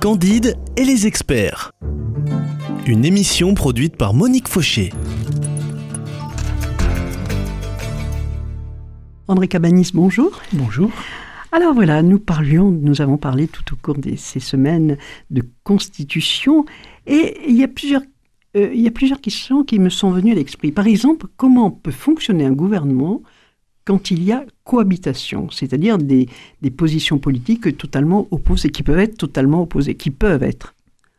Candide et les experts. Une émission produite par Monique Fauché. André Cabanis, bonjour. Bonjour. Alors voilà, nous avons parlé tout au cours de ces semaines de constitution et il y a plusieurs questions qui me sont venues à l'esprit. Par exemple, comment peut fonctionner un gouvernement quand il y a cohabitation, c'est-à-dire des positions politiques totalement opposées, qui peuvent être totalement opposées, qui peuvent être.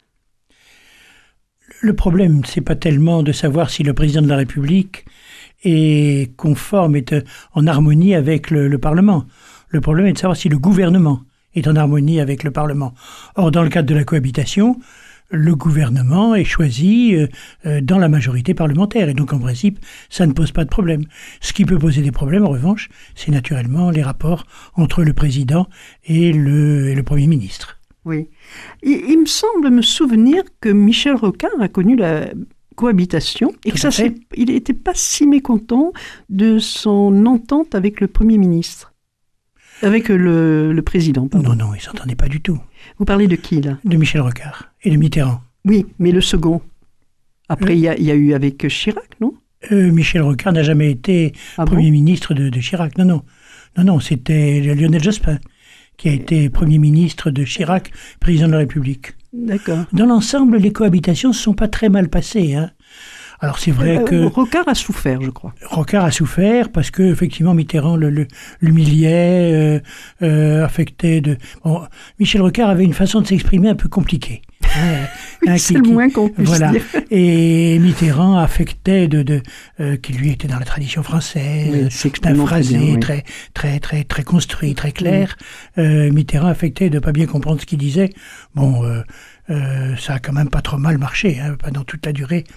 Le problème, c'est pas tellement de savoir si le président de la République est conforme, est en harmonie avec le Parlement. Le problème est de savoir si le gouvernement est en harmonie avec le Parlement. Or, dans le cadre de la cohabitation, le gouvernement est choisi dans la majorité parlementaire. Et donc, en principe, ça ne pose pas de problème. Ce qui peut poser des problèmes, en revanche, c'est naturellement les rapports entre le président et le Premier ministre. Oui. Il me semble me souvenir que Michel Rocard a connu la cohabitation et il n'était pas si mécontent de son entente avec le Premier ministre. Avec le président, pardon. Non, ils ne s'entendaient pas du tout. Vous parlez de qui, là ? De Michel Rocard et de Mitterrand. Oui, mais le second. Après, il y a eu avec Chirac, non ? Michel Rocard n'a jamais été Premier ministre de Chirac. Non, c'était Lionel Jospin qui a été Premier ministre de Chirac, président de la République. D'accord. Dans l'ensemble, les cohabitations ne se sont pas très mal passées, hein. Alors c'est vrai que Rocard a souffert, je crois. Rocard a souffert parce que effectivement Mitterrand l'humiliait, affectait de. Bon, Michel Rocard avait une façon de s'exprimer un peu compliquée. C'est le moins qu'on puisse dire. Et Mitterrand affectait qui lui était dans la tradition française, d'un phrasé très construit, très clair. Mitterrand affectait de pas bien comprendre ce qu'il disait. Bon. Ça a quand même pas trop mal marché pendant toute la durée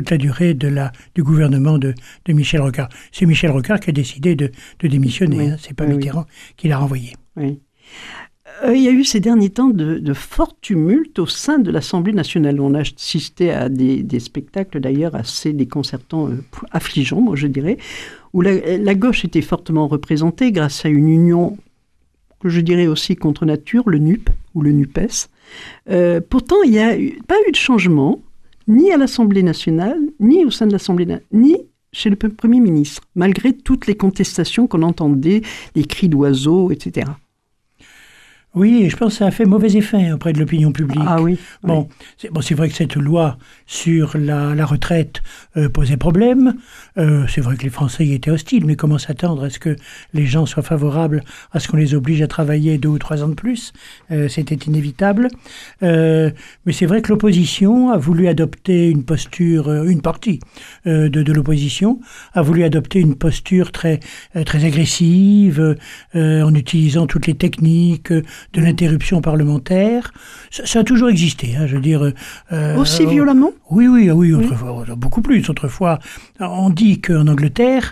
du gouvernement de Michel Rocard. C'est Michel Rocard qui a décidé de démissionner, c'est pas Mitterrand qui l'a renvoyé. Oui. Il y a eu ces derniers temps de forts tumultes au sein de l'Assemblée nationale. On a assisté à des spectacles d'ailleurs assez déconcertants, affligeants, moi je dirais, où la gauche était fortement représentée grâce à une union que je dirais aussi contre nature, le NUP ou le NUPES. Pourtant, il n'y a pas eu de changement, ni à l'Assemblée nationale, ni au sein de l'Assemblée nationale, ni chez le Premier ministre, malgré toutes les contestations qu'on entendait, les cris d'oiseaux, etc. Oui, et je pense que ça a fait mauvais effet auprès de l'opinion publique. Ah oui. Bon, c'est vrai que cette loi sur la retraite posait problème. C'est vrai que les Français y étaient hostiles, mais comment s'attendre à ce que les gens soient favorables à ce qu'on les oblige à travailler 2 ou 3 ans de plus ? C'était inévitable. Mais c'est vrai que l'opposition a voulu adopter une posture, une partie de l'opposition a voulu adopter une posture très agressive, en utilisant toutes les techniques de l'interruption parlementaire. Ça a toujours existé, je veux dire. Aussi violemment ? Oui, autrefois, beaucoup plus. Autrefois, on dit qu'en Angleterre,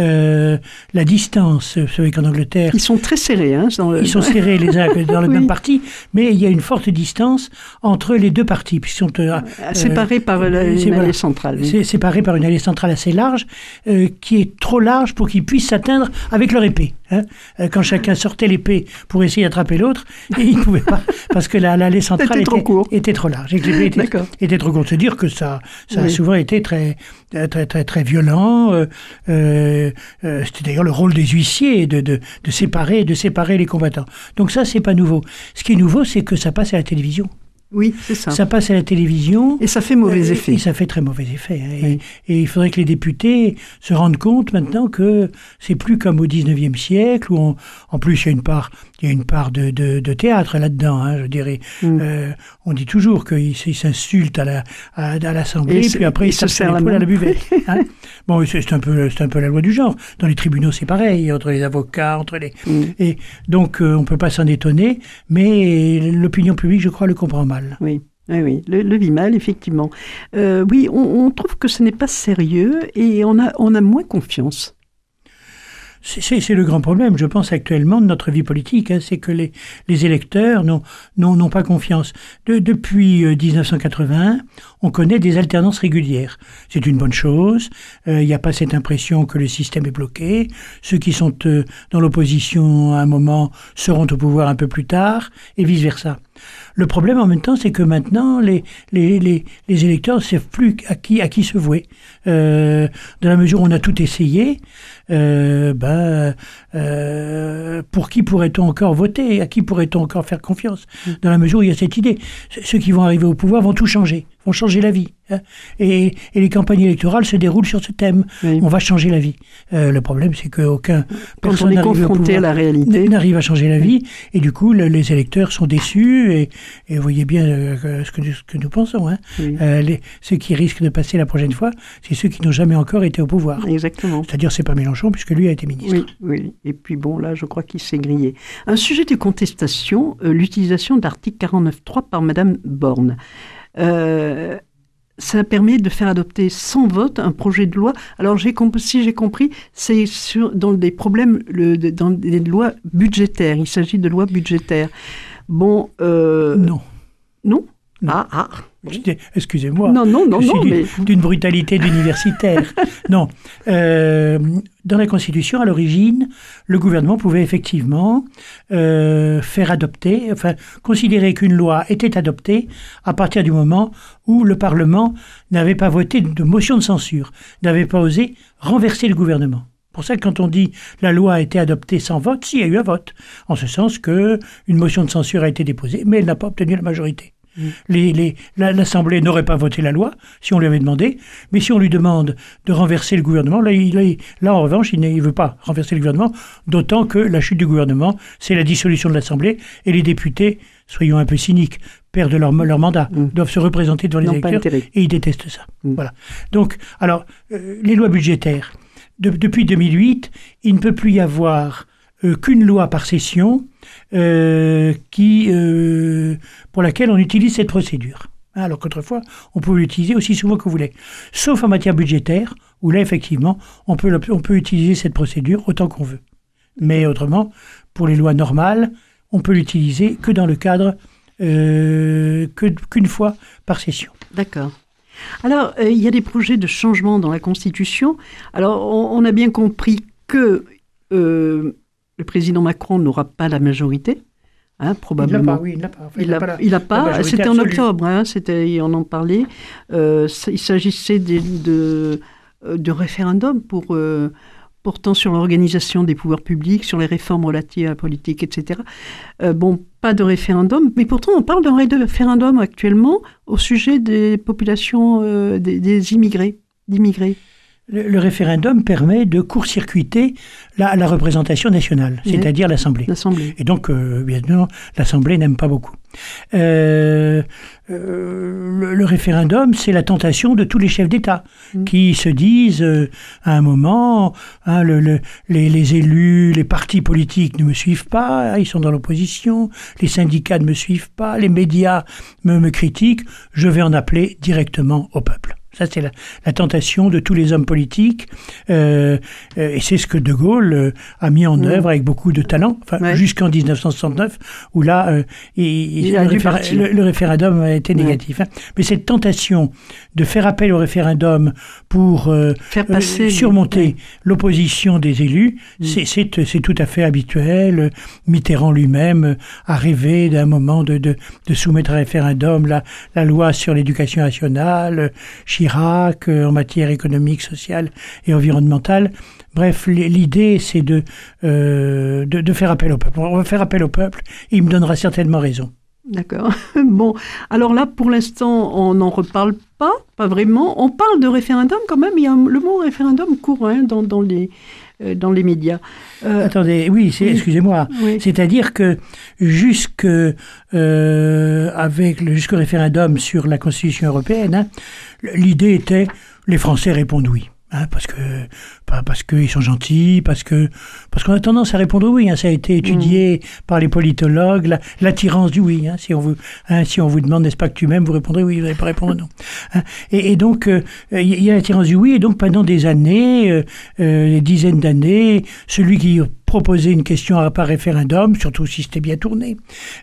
la distance, vous savez qu'en Angleterre... Ils sont très serrés. Ils sont serrés les uns dans le même parti, mais il y a une forte distance entre les deux partis. Ils sont séparés par une allée centrale. C'est séparés par une allée centrale assez large, qui est trop large pour qu'ils puissent s'atteindre avec leur épée. Quand chacun sortait l'épée pour essayer d'attraper l'autre, et il ne pouvait pas, parce que l'allée centrale était trop large, et que l'épée était trop courte. C'est-à-dire que ça a souvent été très violent. C'était d'ailleurs le rôle des huissiers de séparer les combattants. Donc ça, c'est pas nouveau. Ce qui est nouveau, c'est que ça passe à la télévision. Oui, c'est ça. Ça passe à la télévision. Et ça fait mauvais effet. Et ça fait très mauvais effet. Et il faudrait que les députés se rendent compte maintenant que c'est plus comme au 19e siècle, où en plus il y a une part de théâtre là-dedans, je dirais. On dit toujours qu'ils s'insultent à l'Assemblée, puis après ils se serrent l'épaule à la buvette. Bon, c'est un peu la loi du genre. Dans les tribunaux, c'est pareil, entre les avocats, et donc on peut pas s'en étonner, mais l'opinion publique, je crois, le comprend mal. Oui, le vit mal, effectivement. Oui, on trouve que ce n'est pas sérieux et on a moins confiance. C'est le grand problème, je pense, actuellement de notre vie politique, c'est que les électeurs n'ont pas confiance. Depuis 1981, on connaît des alternances régulières. C'est une bonne chose. Il n'y a pas cette impression que le système est bloqué. Ceux qui sont dans l'opposition à un moment seront au pouvoir un peu plus tard, et vice-versa. Le problème en même temps, c'est que maintenant, les électeurs ne savent plus à qui se vouer. Dans la mesure où on a tout essayé, pour qui pourrait-on encore voter? À qui pourrait-on encore faire confiance? Dans la mesure où il y a cette idée. Ceux qui vont arriver au pouvoir vont tout changer, vont changer la vie. Hein. Et les campagnes électorales se déroulent sur ce thème. Oui. On va changer la vie. Le problème, c'est qu'aucun personne n'arrive confronté à la réalité n'arrive à changer la vie. Et du coup, les électeurs sont déçus. Et vous voyez bien ce que nous pensons. Hein. Oui. Ceux qui risquent de passer la prochaine fois, c'est ceux qui n'ont jamais encore été au pouvoir. Exactement. C'est-à-dire, c'est pas Mélenchon, puisque lui a été ministre. Oui. Et puis bon, là, je crois qu'il s'est grillé. Un sujet de contestation, l'utilisation de l'article 49.3 par Madame Borne. Ça permet de faire adopter sans vote un projet de loi. Alors, si j'ai compris, c'est dans des problèmes, dans des lois budgétaires. Il s'agit de lois budgétaires. Bon. Non. Non ? Ah. Excusez-moi. Non, mais... d'une brutalité d'universitaire. Non. Dans la Constitution, à l'origine, le gouvernement pouvait effectivement faire adopter, considérer qu'une loi était adoptée à partir du moment où le Parlement n'avait pas voté de motion de censure, n'avait pas osé renverser le gouvernement. Pour ça, quand on dit la loi a été adoptée sans vote, si, il y a eu un vote. En ce sens qu'une motion de censure a été déposée, mais elle n'a pas obtenu la majorité. L'Assemblée n'aurait pas voté la loi si on lui avait demandé, mais si on lui demande de renverser le gouvernement, là en revanche, il ne veut pas renverser le gouvernement, d'autant que la chute du gouvernement, c'est la dissolution de l'Assemblée, et les députés, soyons un peu cyniques, perdent leur mandat, doivent se représenter devant les électeurs, et ils détestent ça. Voilà. Donc, alors, les lois budgétaires, depuis 2008, il ne peut plus y avoir qu'une loi par session pour laquelle on utilise cette procédure. Alors qu'autrefois, on pouvait l'utiliser aussi souvent qu'on voulait. Sauf en matière budgétaire, où là, effectivement, on peut utiliser cette procédure autant qu'on veut. Mais autrement, pour les lois normales, on peut l'utiliser que dans le cadre qu'une fois par session. D'accord. Alors, il y a des projets de changement dans la Constitution. Alors, on a bien compris que le président Macron n'aura pas la majorité, hein, probablement. Il l'a pas. Il l'a pas. C'était en octobre, hein, on en parlait. Il s'agissait de référendum portant sur l'organisation des pouvoirs publics, sur les réformes relatives à la politique, etc. Pas de référendum, mais pourtant on parle d'un référendum actuellement au sujet des populations, des immigrés, d'immigrés. Le référendum permet de court-circuiter la représentation nationale, c'est-à-dire l'Assemblée. Et donc, bien sûr, l'Assemblée n'aime pas beaucoup. Le référendum, c'est la tentation de tous les chefs d'État qui se disent à un moment, les élus, les partis politiques ne me suivent pas, ils sont dans l'opposition, les syndicats ne me suivent pas, les médias me critiquent, je vais en appeler directement au peuple. Ça, c'est la tentation de tous les hommes politiques, et c'est ce que De Gaulle a mis en œuvre avec beaucoup de talent, jusqu'en 1969, où là, le référendum a été négatif. Hein. Mais cette tentation de faire appel au référendum pour surmonter l'opposition des élus, c'est tout à fait habituel. Mitterrand lui-même a rêvé d'un moment de soumettre à référendum la loi sur l'éducation nationale, Chirac, en matière économique, sociale et environnementale. Bref, l'idée, c'est de faire appel au peuple. On va faire appel au peuple et il me donnera certainement raison. D'accord. Bon, alors là, pour l'instant, on n'en reparle pas vraiment. On parle de référendum quand même. Le mot référendum court dans les médias. Attendez, oui, excusez-moi. Oui. C'est-à-dire que jusqu'au référendum sur la Constitution européenne, hein, l'idée était les Français répondent oui. Hein, parce qu'ils sont gentils, parce qu'on a tendance à répondre oui. Hein, ça a été étudié par les politologues, l'attirance du oui. Hein, si on vous demande n'est-ce pas que tu m'aimes, vous répondrez oui, vous n'allez pas répondre non. Hein, et donc il y a l'attirance du oui, et donc pendant des années, des dizaines d'années, celui qui proposait une question par référendum, surtout si c'était bien tourné,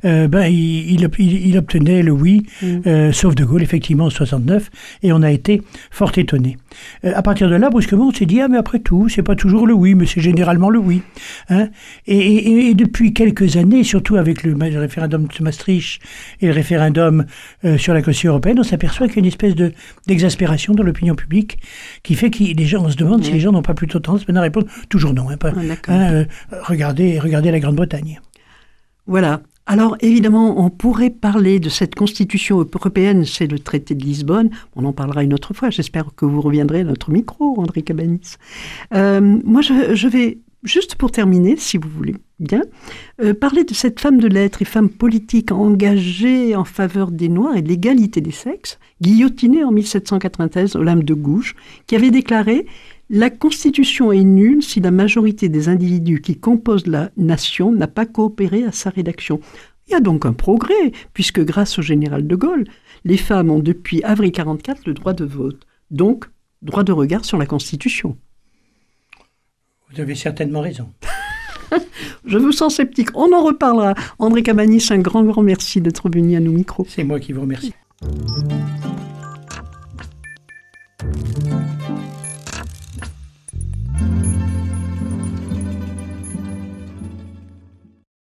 il obtenait le oui, sauf De Gaulle, effectivement, en 69, et on a été fort étonnés. À partir de là, brusquement, on s'est dit, mais après tout, c'est pas toujours le oui, mais c'est généralement le oui. Hein. Et depuis quelques années, surtout avec le référendum de Maastricht et le référendum sur la Constitution européenne, on s'aperçoit qu'il y a une espèce d'exaspération dans l'opinion publique qui fait que les gens, on se demande si les gens n'ont pas plutôt tendance maintenant à répondre toujours non. Regardez la Grande-Bretagne. Voilà. Alors, évidemment, on pourrait parler de cette constitution européenne, c'est le traité de Lisbonne. On en parlera une autre fois. J'espère que vous reviendrez à notre micro, André Cabanis. Moi, je vais, juste pour terminer, si vous voulez bien, parler de cette femme de lettres et femme politique engagée en faveur des Noirs et de l'égalité des sexes, guillotinée en 1793 aux lames de Gouges, qui avait déclaré « La Constitution est nulle si la majorité des individus qui composent la nation n'a pas coopéré à sa rédaction. » Il y a donc un progrès, puisque grâce au général de Gaulle, les femmes ont depuis avril 1944 le droit de vote, donc droit de regard sur la Constitution. Vous avez certainement raison. Je vous sens sceptique, on en reparlera. André Cabanis, un grand merci d'être venu à nos micros. C'est moi qui vous remercie.